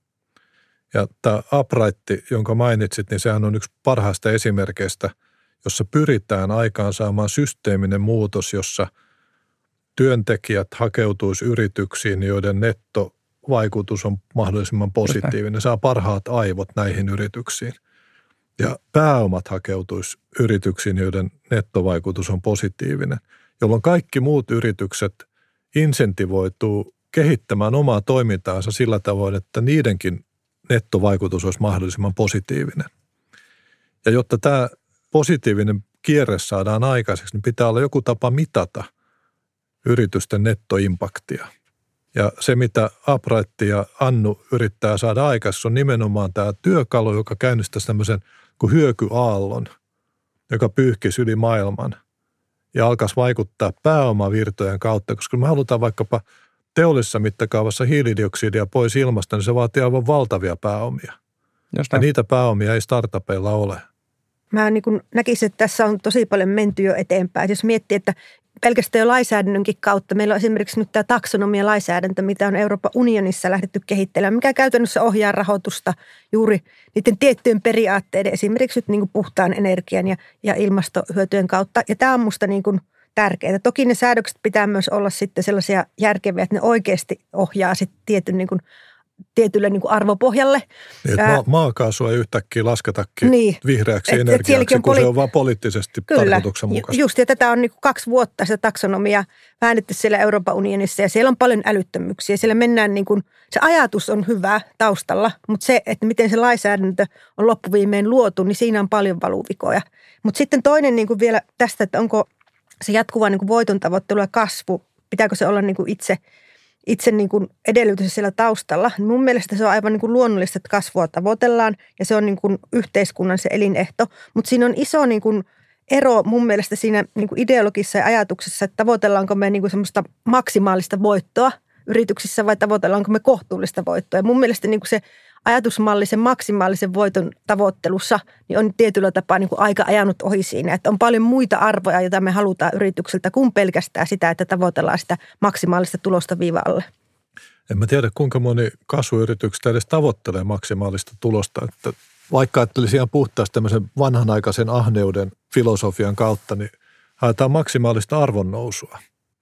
Ja tämä Upright, jonka mainitsit, niin sehän on yksi parhaista esimerkkeistä, jossa pyritään aikaan saamaan systeeminen muutos, jossa työntekijät hakeutuisi yrityksiin, joiden nettovaikutus on mahdollisimman positiivinen. Ne saa parhaat aivot näihin yrityksiin. Ja pääomat hakeutuisi yrityksiin, joiden nettovaikutus on positiivinen, jolloin kaikki muut yritykset insentivoituu kehittämään omaa toimintaansa sillä tavoin, että niidenkin nettovaikutus olisi mahdollisimman positiivinen. Ja jotta tämä positiivinen kierre saadaan aikaiseksi, niin pitää olla joku tapa mitata yritysten nettoimpaktia. Ja se, mitä Upright ja Annu yrittää saada aikaiseksi, on nimenomaan tämä työkalu, joka käynnistäisi tämmöisen kuin hyökyaallon, joka pyyhkisi yli maailman ja alkaisi vaikuttaa pääomavirtojen kautta, koska me halutaan vaikkapa teollisessa mittakaavassa hiilidioksidia pois ilmasta, niin se vaatii aivan valtavia pääomia. Ja niitä pääomia ei startupeilla ole. Mä niin kuin näkisin, että tässä on tosi paljon menty jo eteenpäin. Jos miettii, että pelkästään jo lainsäädännönkin kautta, meillä on esimerkiksi nyt tämä taksonomia-lainsäädäntö, mitä on Euroopan unionissa lähdetty kehittelemään, mikä käytännössä ohjaa rahoitusta juuri niiden tiettyjen periaatteiden, esimerkiksi nyt niin kuin puhtaan energian ja, ja ilmastohyötyjen kautta. Ja tämä on musta niin kuin tärkeää. Toki ne säädökset pitää myös olla sitten sellaisia järkeviä, että ne oikeasti ohjaa sitten tietyn niin kuin tietylle niin kuin arvopohjalle. Niin, että ma- maakaasua ei yhtäkkiä lasketakin niin, vihreäksi et, energiaksi, et kun poli- se on vaan poliittisesti tarkoituksenmukaista. Just, ja tätä on niin kuin kaksi vuotta sitä taksonomia väännetty siellä Euroopan unionissa, ja siellä on paljon älyttömyyksiä. Siellä mennään niin kuin, se ajatus on hyvä taustalla, mutta se, että miten se lainsäädäntö on loppuviimein luotu, niin siinä on paljon valuvikoja. Mutta sitten toinen niin kuin vielä tästä, että onko se jatkuva niin kuin voiton tavoittelu ja kasvu, pitääkö se olla niin kuin itse itse niin kuin edellytys siellä taustalla. Mun mielestä se on aivan niin kuin luonnollista, että kasvua tavoitellaan ja se on niin kuin yhteiskunnan se elinehto. Mutta siinä on iso niin kuin ero mun mielestä siinä niin kuin ideologisessa ja ajatuksessa, että tavoitellaanko me niin kuin semmoista maksimaalista voittoa yrityksissä vai tavoitellaanko me kohtuullista voittoa. Ja mun mielestä niin kuin se ajatusmalli sen maksimaalisen voiton tavoittelussa niin on tietyllä tapaa niin kuin aika ajanut ohi siinä. Että on paljon muita arvoja, joita me halutaan yritykseltä, kuin pelkästään sitä, että tavoitellaan sitä maksimaalista tulosta viivalle. En mä tiedä, kuinka moni kasvuyrityksestä edes tavoittelee maksimaalista tulosta. Että vaikka ajattelisi ihan puhtaasti tämmöisen vanhanaikaisen ahneuden filosofian kautta, niin haetaan maksimaalista arvonnousua.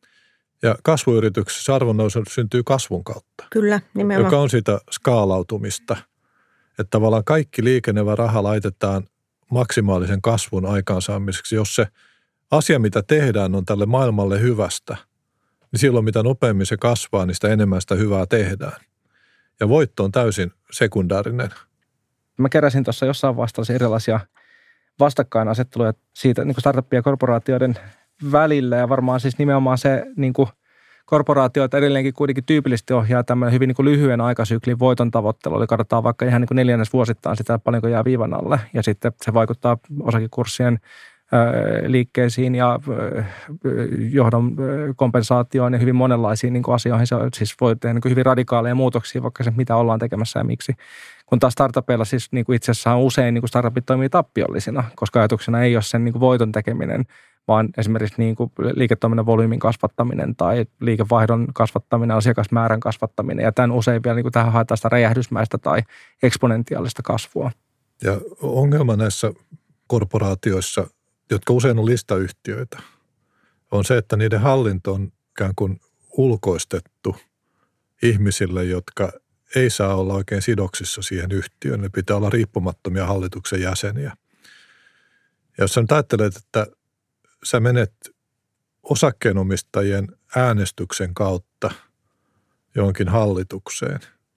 Ja kasvuyrityksessä arvonnousu syntyy kasvun kautta. Kyllä, nimenomaan. Joka on sitä skaalautumista. Että tavallaan kaikki liikenevä raha laitetaan maksimaalisen kasvun aikaansaamiseksi. Jos se asia, mitä tehdään, on tälle maailmalle hyvästä, niin silloin mitä nopeammin se kasvaa, niin sitä enemmän sitä hyvää tehdään. Ja voitto on täysin sekundaarinen. Mä keräsin tuossa jossain vaiheessa erilaisia vastakkainasetteluja siitä niin kuin startuppien ja korporaatioiden välillä ja varmaan siis nimenomaan se niin kuin korporaatioita edelleenkin kuitenkin tyypillisesti ohjaa tämmöinen hyvin niin kuin lyhyen aikasyklin voiton tavoittelu. Eli katsotaan vaikka ihan niin kuin neljännes vuosittain sitä, paljonko jää viivan alle ja sitten se vaikuttaa osakekurssien liikkeisiin ja johdon kompensaatioon ja hyvin monenlaisiin niin kuin asioihin. Se siis voi tehdä niin kuin hyvin radikaaleja muutoksia, vaikka se mitä ollaan tekemässä ja miksi. Kun taas startupeilla siis niin kuin itse asiassa on usein niin kuin startupit toimii tappiollisina, koska ajatuksena ei ole sen niin kuin voiton tekeminen, vaan esimerkiksi niin kuin liiketoiminnan volyymin kasvattaminen tai liikevaihdon kasvattaminen, asiakasmäärän kasvattaminen. Ja tämän usein vielä niin kuin tähän haetaan sitä räjähdysmäistä tai eksponentiaalista kasvua. Ja ongelma näissä korporaatioissa, jotka usein on listayhtiöitä, on se, että niiden hallinto on ikään kuin ulkoistettu ihmisille, jotka ei saa olla oikein sidoksissa siihen yhtiöön. Ne pitää olla riippumattomia hallituksen jäseniä. Ja jos sä nyt ajattelet, että sä menet osakkeenomistajien äänestyksen kautta johonkin hallitukseen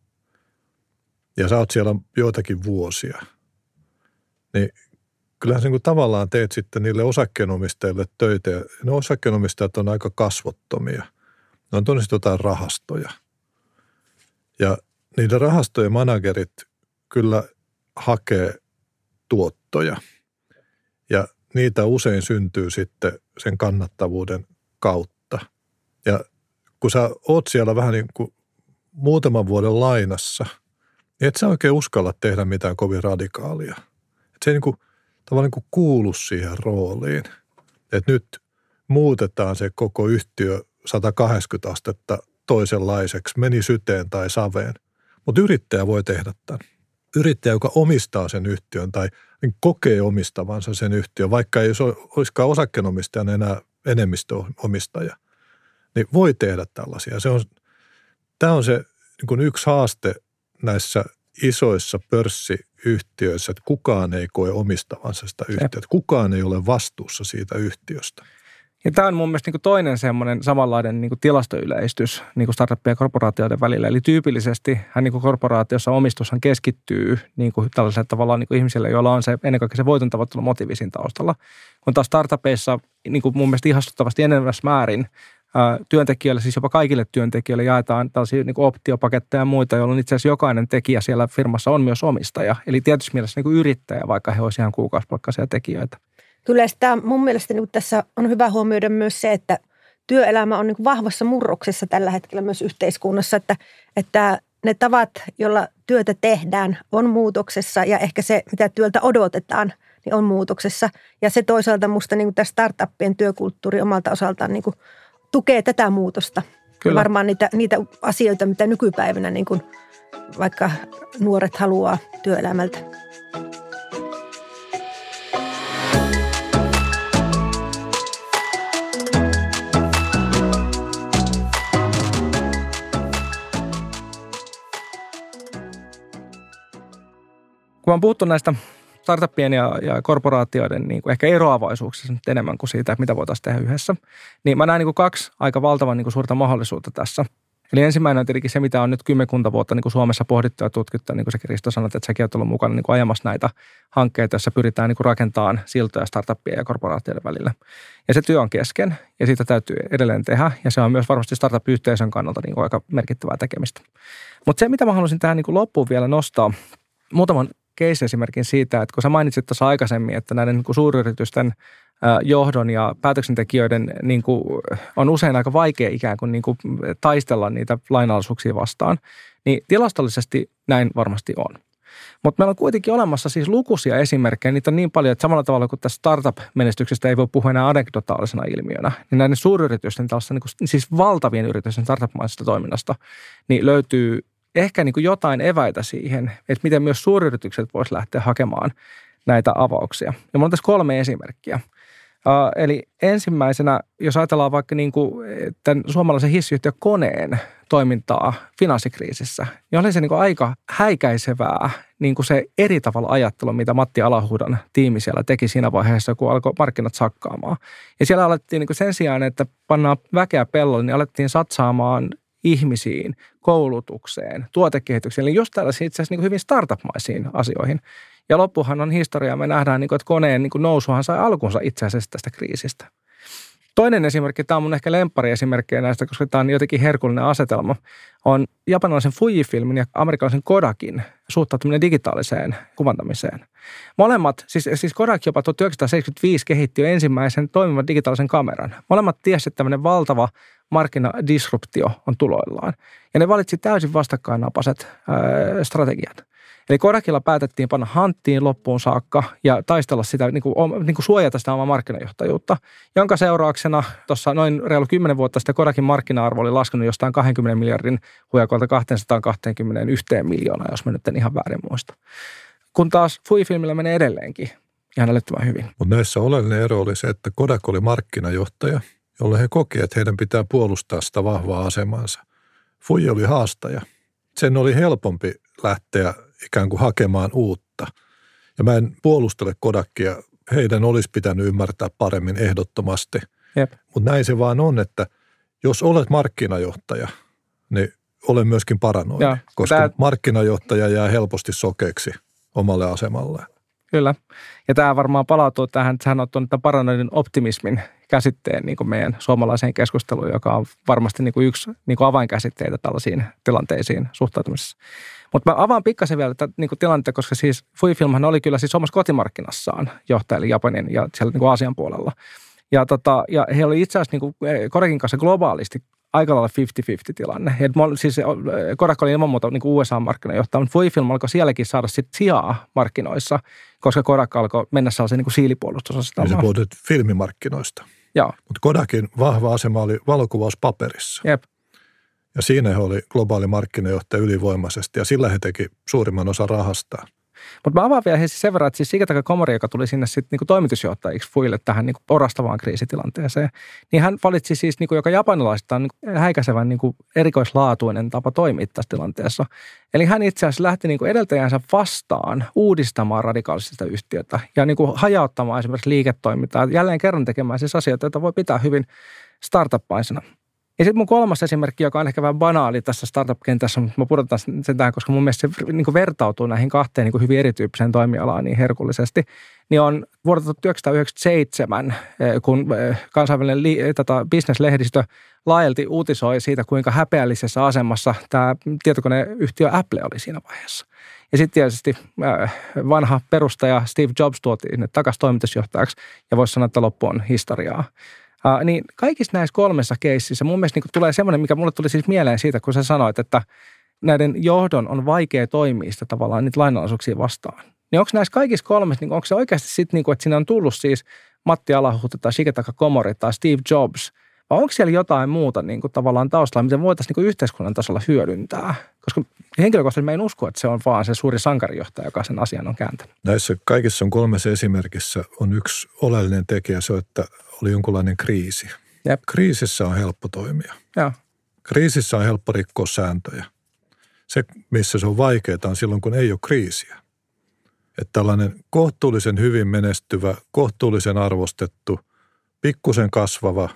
ja sä oot siellä joitakin vuosia, niin kyllähän sä niin kuin tavallaan teet sitten niille osakkeenomistajille töitä. Ja ne osakkeenomistajat on aika kasvottomia. Ne on todennäköisesti jotain rahastoja. Ja niiden rahastojen managerit kyllä hakee tuottoja. Ja niitä usein syntyy sitten sen kannattavuuden kautta. Ja kun sä oot siellä vähän niin kuin muutaman vuoden lainassa, niin et sä oikein uskalla tehdä mitään kovin radikaalia. Et se ei niin kuin tavallaan niin kuin kuulu siihen rooliin. Että nyt muutetaan se koko yhtiö sata kahdeksankymmentä astetta toisenlaiseksi, meni syteen tai saveen. Mutta yrittäjä voi tehdä tämän. Yrittäjä, joka omistaa sen yhtiön tai kokee omistavansa sen yhtiön, vaikka ei olisikaan osakkeenomistajan enää enemmistöomistaja, niin voi tehdä tällaisia. Se on, tämä on se niin kuin yksi haaste näissä isoissa pörssiyhtiöissä, että kukaan ei koe omistavansa sitä yhtiötä. Kukaan ei ole vastuussa siitä yhtiöstä. Ja tämä on mun mielestä niin kuin toinen semmoinen samanlainen niin kuin tilastoyleistys niin kuin startuppien ja korporaatioiden välillä. Eli tyypillisesti hän niin kuin korporaatiossa omistushan keskittyy niin kuin tällaisella tavalla niin kuin ihmisille, joilla on se ennen kaikkea se voiton tavoittelu motiivi siinä taustalla. Kun taas startupeissa niin kuin mun mielestä ihastuttavasti enemmässä määrin ää, työntekijöille, siis jopa kaikille työntekijöille jaetaan tällaisia niin kuin optiopaketteja ja muita, jolloin itse asiassa jokainen tekijä siellä firmassa on myös omistaja. Eli tietysti mielessä niin kuin yrittäjä, vaikka he olisivat ihan kuukausipalkkaisia tekijöitä. Kyllä sitä mun mielestä niin tässä on hyvä huomioida myös se, että työelämä on niin vahvassa murroksessa tällä hetkellä myös yhteiskunnassa, että, että ne tavat, joilla työtä tehdään, on muutoksessa ja ehkä se, mitä työltä odotetaan, niin on muutoksessa. Ja se toisaalta musta niin tämä startuppien työkulttuuri omalta osaltaan niin tukee tätä muutosta. Kyllä. Varmaan niitä, niitä asioita, mitä nykypäivänä niin kuin vaikka nuoret haluaa työelämältä. Kun on puhuttu näistä startuppien ja, ja korporaatioiden niin kuin ehkä eroavaisuuksista nyt enemmän kuin siitä, että mitä voitaisiin tehdä yhdessä, niin mä näen niin kuin kaksi aika valtavan niin kuin suurta mahdollisuutta tässä. Eli ensimmäinen on tietenkin se, mitä on nyt kymmenkunta vuotta niin kuin Suomessa pohdittu ja tutkittu, niin kuin sä Risto sanoit, että säkin olet ollut mukana niin kuin ajamassa näitä hankkeita, joissa pyritään niin kuin rakentamaan siltoja startuppien ja korporaatioiden välillä. Ja se työ on kesken ja siitä täytyy edelleen tehdä ja se on myös varmasti startup-yhteisön kannalta niin kuin aika merkittävää tekemistä. Mutta se, mitä mä haluaisin tähän niin kuin loppuun vielä nostaa, muutaman case-esimerkin siitä, että kun sä mainitsit tuossa aikaisemmin, että näiden niin kuin suuryritysten johdon ja päätöksentekijöiden niin kuin, on usein aika vaikea ikään kuin, niin kuin taistella niitä lainalaisuuksia vastaan, niin tilastollisesti näin varmasti on. Mutta meillä on kuitenkin olemassa siis lukuisia esimerkkejä, niitä on niin paljon, että samalla tavalla kuin tästä startup-menestyksestä ei voi puhua enää anekdotaalisena ilmiönä, niin näiden suuryritysten, tällaista, niin kuin, siis valtavien yritysten startup-maisesta toiminnasta, niin löytyy ehkä niin kuin jotain eväitä siihen, että miten myös suuryritykset vois lähteä hakemaan näitä avauksia. Ja minulla on tässä kolme esimerkkiä. Uh, eli ensimmäisenä, jos ajatellaan vaikka niin kuin tämän suomalaisen hissiyhtiö Koneen toimintaa finanssikriisissä, niin oli se niin kuin aika häikäisevää niin kuin se eri tavalla ajattelu, mitä Matti Alahuhdan tiimi siellä teki siinä vaiheessa, kun alkoi markkinat sakkaamaan. Ja siellä alettiin niin kuin sen sijaan, että pannaan väkeä pellolle, niin alettiin satsaamaan ihmisiin, koulutukseen, tuotekehitykseen, eli just tällaisiin itse asiassa niin kuin hyvin startup-maisiin asioihin. Ja loppuhan on historiaa, me nähdään, niin kuin, että Koneen niin kuin nousuhan sai alkunsa itse asiassa tästä kriisistä. Toinen esimerkki, tämä on mun ehkä lemppariesimerkkejä näistä, koska tämä on jotenkin herkullinen asetelma, on japanilaisen Fujifilmin ja amerikkalaisen Kodakin suhtautuminen digitaaliseen kuvantamiseen. Molemmat, siis, siis Kodak jopa tuhatyhdeksänsataaseitsemänkymmentäviisi kehitti jo ensimmäisen toimivan digitaalisen kameran. Molemmat tiesi, että tämmöinen valtava markkinadisruptio on tuloillaan. Ja ne valitsi täysin vastakkainapaset ää, strategiat. Eli Kodakilla päätettiin panna hanttiin loppuun saakka ja taistella sitä, niin kuin, niin kuin suojata sitä omaa markkinajohtajuutta, jonka seurauksena tuossa noin reilu kymmenen vuotta sitten Kodakin markkina-arvo oli laskenut jostain kaksikymmentä miljardin huijakolta kaksisataakaksikymmentäyksi miljoonaa, jos mä nyt en ihan väärin muista. Kun taas Fujifilmillä menee edelleenkin ihan älyttömän hyvin. Mutta näissä oleellinen ero oli se, että Kodak oli markkinajohtaja, jolle he koki, että heidän pitää puolustaa sitä vahvaa asemansa. Fuji oli haastaja. Sen oli helpompi lähteä ikään kuin hakemaan uutta. Ja mä en puolustele Kodakia. Heidän olisi pitänyt ymmärtää paremmin ehdottomasti. Mutta näin se vaan on, että jos olet markkinajohtaja, niin ole myöskin paranoinen, ja, koska tämä markkinajohtaja jää helposti sokeeksi omalle asemalleen. Kyllä. Ja tämä varmaan palautuu tähän, että hän on tuonut tämän paranoidin optimismin käsitteen niin kuin meidän suomalaiseen keskusteluun, joka on varmasti niin kuin yksi niin kuin avainkäsitteitä tällaisiin tilanteisiin suhtautumisessa. Mutta mä avaan pikkasen vielä tätä niin kuin tilannetta, koska siis Fujifilmhan oli kyllä siis omassa kotimarkkinassaan johtaja, eli Japanin ja siellä niin kuin Aasian puolella. Ja, tota, ja he oli itse asiassa niin kuin Kodakin kanssa globaalisti aika lailla viisikymmentä viisikymmentä tilanne. Et siis Kodak oli ilman muuta niin kuin U S A-markkinajohtaja, mutta Fujifilm alkoi sielläkin saada sit sijaa markkinoissa, koska Kodak alkoi mennä sellaisen niin kuin siilipuolustusasetelmaan. Ja se puhutut filmimarkkinoista. Joo. Mutta Kodakin vahva asema oli valokuvauspaperissa. Jep. Ja siinä he oli globaali markkinajohtaja ylivoimaisesti ja sillä he teki suurimman osan rahasta. Mutta mä avaan vielä siis sen verran, että siis Shigetaka Komori, joka tuli sinne sitten niinku toimitusjohtajiksi Fuille tähän niinku orastavaan kriisitilanteeseen, niin hän valitsi siis, niinku, joka japanilaistaan niinku häikäisevän niinku erikoislaatuinen tapa toimia tässä tilanteessa. Eli hän itse asiassa lähti niinku edeltäjänsä vastaan uudistamaan radikaalisista yhtiötä ja niinku hajauttamaan esimerkiksi liiketoimintaa. Jälleen kerran tekemään siis asioita, joita voi pitää hyvin startup-paisena. Ja sitten mun kolmas esimerkki, joka on ehkä vähän banaali tässä startup-kentässä, mutta mä pudotan sen tähän, koska mun mielestä se niin kuin vertautuu näihin kahteen niin kuin hyvin erityyppiseen toimialaan niin herkullisesti, niin on vuodelta tuhatyhdeksänsataayhdeksänkymmentäseitsemän, kun kansainvälinen li- tätä business-lehdistö laajalti uutisoi siitä, kuinka häpeällisessä asemassa tämä tietokoneyhtiö Apple oli siinä vaiheessa. Ja sitten tietysti vanha perustaja Steve Jobs tuotiin takaisin toimitusjohtajaksi, ja voisi sanoa, että loppu on historiaa. Uh, niin kaikissa näissä kolmessa keississä mun mielestä niin tulee semmoinen, mikä mulle tuli siis mieleen siitä, kun sä sanoit, että näiden johdon on vaikea toimia sitä tavallaan niitä lainalaisuuksia vastaan. Niin onko näissä kaikissa kolmessa, niin onko se oikeasti sitten, niin kuin, että siinä on tullut siis Matti Alahuhta tai Shigetaka Komori tai Steve Jobs, vai onko siellä jotain muuta niin kuin tavallaan taustalla, miten voitaisiin niin kuin yhteiskunnan tasolla hyödyntää? Koska henkilökohtaisesti mä en usko, että se on vaan se suuri sankarijohtaja, joka sen asian on kääntänyt. Näissä kaikissa on kolmessa esimerkissä on yksi oleellinen tekijä, se, että oli jonkunlainen kriisi. Jep. Kriisissä on helppo toimia. Joo. Kriisissä on helppo rikkoa sääntöjä. Se, missä se on vaikeaa, on silloin, kun ei ole kriisiä. Että tällainen kohtuullisen hyvin menestyvä, kohtuullisen arvostettu, pikkusen kasvava,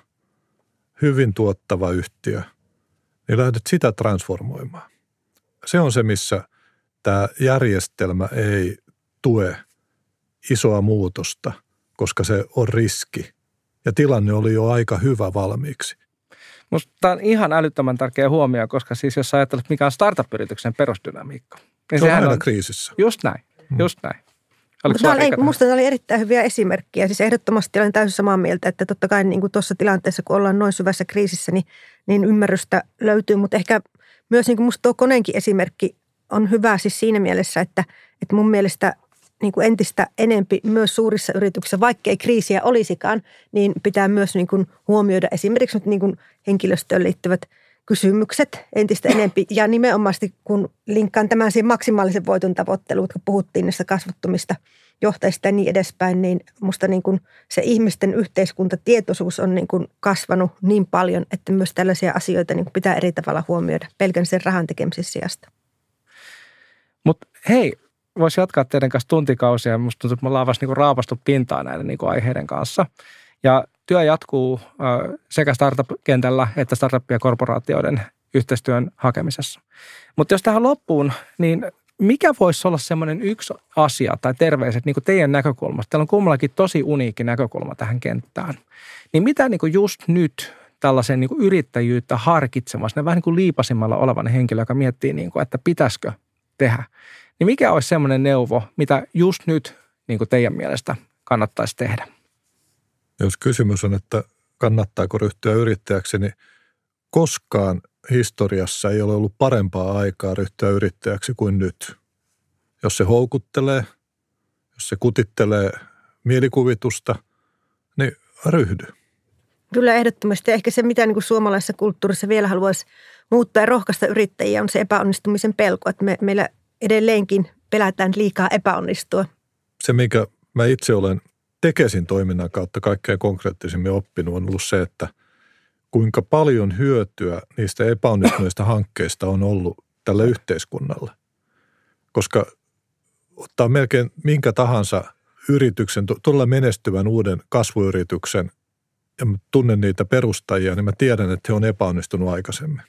hyvin tuottava yhtiö, niin lähdet sitä transformoimaan. Se on se, missä tämä järjestelmä ei tue isoa muutosta, koska se on riski. Ja tilanne oli jo aika hyvä valmiiksi. Musta tämä on ihan älyttömän tärkeä huomio, koska siis jos ajattelet, mikä on startup-yrityksen perusdynamiikka. Niin se on aina on kriisissä. Just näin, just näin. Mutta oli, musta tämä oli erittäin hyviä esimerkkejä. Siis ehdottomasti olen täysin samaa mieltä, että totta kai niin kuin tuossa tilanteessa, kun ollaan noin syvässä kriisissä, niin, niin ymmärrystä löytyy. Mutta ehkä myös niin kuin musta tuo Koneenkin esimerkki on hyvä siis siinä mielessä, että, että mun mielestä niin kuin entistä enempi myös suurissa yrityksissä, vaikka ei kriisiä olisikaan, niin pitää myös niin kuin huomioida esimerkiksi nyt niin kuin henkilöstöön liittyvät kysymykset entistä enempi. Ja nimenomaan kun linkkaan tämän siihen maksimaalisen voiton tavoitteluun, kun puhuttiin näistä kasvottomista johtajista ja niin edespäin, niin musta niin kuin se ihmisten yhteiskuntatietoisuus on niin kuin kasvanut niin paljon, että myös tällaisia asioita niin kuin pitää eri tavalla huomioida pelkän sen rahan tekemisen sijasta. Mutta hei, voisi jatkaa teidän kanssa tuntikausia. Musta tuntuu, että me ollaan vasta niin kuin raapastu pintaan näiden niin kuin aiheiden kanssa. Ja työ jatkuu sekä startup-kentällä että startup- ja korporaatioiden yhteistyön hakemisessa. Mutta jos tähän loppuun, niin mikä voisi olla semmoinen yksi asia tai terveiset niin kuin teidän näkökulmasta? Teillä on kummallakin tosi uniikki näkökulma tähän kenttään. Niin mitä niin kuin just nyt tällaisen niin kuin yrittäjyyttä harkitsemassa, vähän niin kuin liipasimmalla olevan henkilö, joka miettii, niin kuin, että pitäisikö tehdä, niin mikä olisi semmoinen neuvo, mitä just nyt niin kuin teidän mielestä kannattaisi tehdä? Jos kysymys on, että kannattaako ryhtyä yrittäjäksi, niin koskaan historiassa ei ole ollut parempaa aikaa ryhtyä yrittäjäksi kuin nyt. Jos se houkuttelee, jos se kutittelee mielikuvitusta, niin ryhdy. Kyllä ehdottomasti. Ehkä se, mitä niin kuin suomalaisessa kulttuurissa vielä haluaisi muuttaa ja rohkaista yrittäjiä, on se epäonnistumisen pelko. Että me, meillä edelleenkin pelätään liikaa epäonnistua. Se, mikä mä itse olen Tekesin toiminnan kautta kaikkein konkreettisimmin oppinut, on ollut se, että kuinka paljon hyötyä niistä epäonnistuneista hankkeista on ollut tälle yhteiskunnalle. Koska ottaa melkein minkä tahansa yrityksen, todella menestyvän uuden kasvuyrityksen, ja mä tunnen niitä perustajia, niin mä tiedän, että he on epäonnistunut aikaisemmin.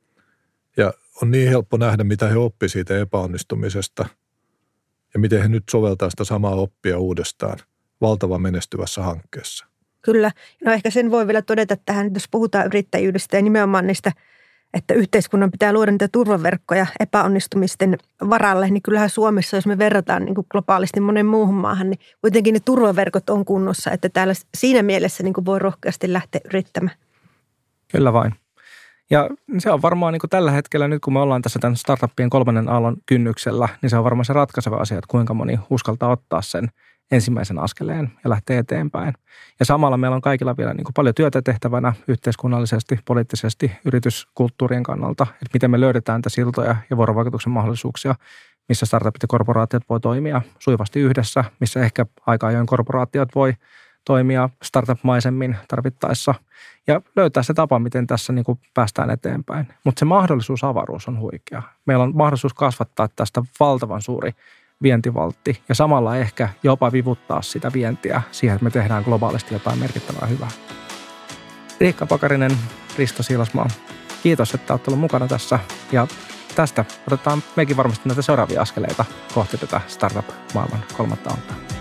Ja on niin helppo nähdä, mitä he oppi siitä epäonnistumisesta ja miten he nyt soveltaa sitä samaa oppia uudestaan valtavan menestyvässä hankkeessa. Kyllä. No ehkä sen voi vielä todeta tähän, jos puhutaan yrittäjyydestä ja nimenomaan niistä, että yhteiskunnan pitää luoda niitä turvaverkkoja epäonnistumisten varalle, niin kyllähän Suomessa, jos me verrataan niin kuin globaalisti monen muuhun maahan, niin kuitenkin ne turvaverkot on kunnossa, että täällä siinä mielessä niin kuin voi rohkeasti lähteä yrittämään. Kyllä vain. Ja se on varmaan niin kuin tällä hetkellä, nyt kun me ollaan tässä tämän startuppien kolmannen aallon kynnyksellä, niin se on varmaan se ratkaiseva asia, että kuinka moni uskaltaa ottaa sen ensimmäisen askeleen ja lähtee eteenpäin. Ja samalla meillä on kaikilla vielä niin kuin paljon työtä tehtävänä yhteiskunnallisesti, poliittisesti, yrityskulttuurien kannalta, että miten me löydetään niitä siltoja ja vuorovaikutuksen mahdollisuuksia, missä startupit ja korporaatiot voi toimia sujuvasti yhdessä, missä ehkä aika ajoin korporaatiot voi toimia startup-maisemmin tarvittaessa ja löytää se tapa, miten tässä niin kuin päästään eteenpäin. Mutta se mahdollisuus, avaruus on huikea. Meillä on mahdollisuus kasvattaa tästä valtavan suuri vientivaltti ja samalla ehkä jopa vivuttaa sitä vientiä siihen, että me tehdään globaalisti jotain merkittävää hyvää. Riikka Pakarinen, Risto Siilasmaa, kiitos, että olet ollut mukana tässä ja tästä otetaan mekin varmasti näitä seuraavia askeleita kohti tätä startup-maailman kolmatta aaltoa.